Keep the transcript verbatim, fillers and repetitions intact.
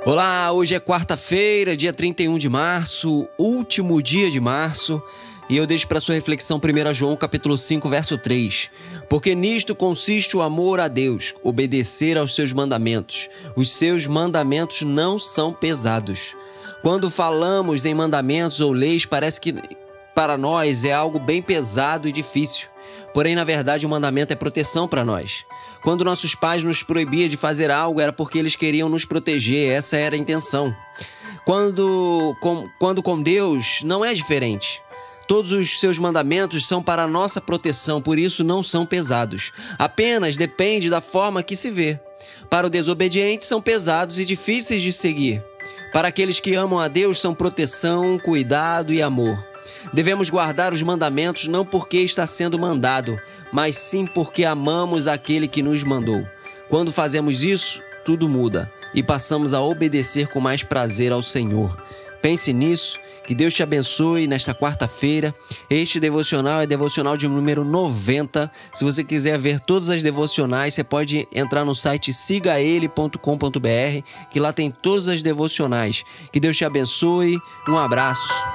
Olá, hoje é quarta-feira, dia trinta e um de março, último dia de março, e eu deixo para sua reflexão primeiro João capítulo cinco, verso três. Porque nisto consiste o amor a Deus, obedecer aos seus mandamentos. Os seus mandamentos não são pesados. Quando falamos em mandamentos ou leis, parece que para nós é algo bem pesado e difícil. Porém, na verdade, o mandamento é proteção para nós. Quando nossos pais nos proibiam de fazer algo, era porque eles queriam nos proteger, essa era a intenção. Quando com, quando com Deus, não é diferente. Todos os seus mandamentos são para a nossa proteção, por isso não são pesados. Apenas depende da forma que se vê. Para o desobediente, são pesados e difíceis de seguir. Para aqueles que amam a Deus, são proteção, cuidado e amor. Devemos guardar os mandamentos não porque está sendo mandado, mas sim porque amamos aquele que nos mandou. Quando fazemos isso, tudo muda e passamos a obedecer com mais prazer ao Senhor. Pense nisso, que Deus te abençoe nesta quarta-feira. Este devocional é devocional de número noventa. Se você quiser ver todas as devocionais, você pode entrar no site siga ele ponto com ponto br, que lá tem todas as devocionais. Que Deus te abençoe. Um abraço.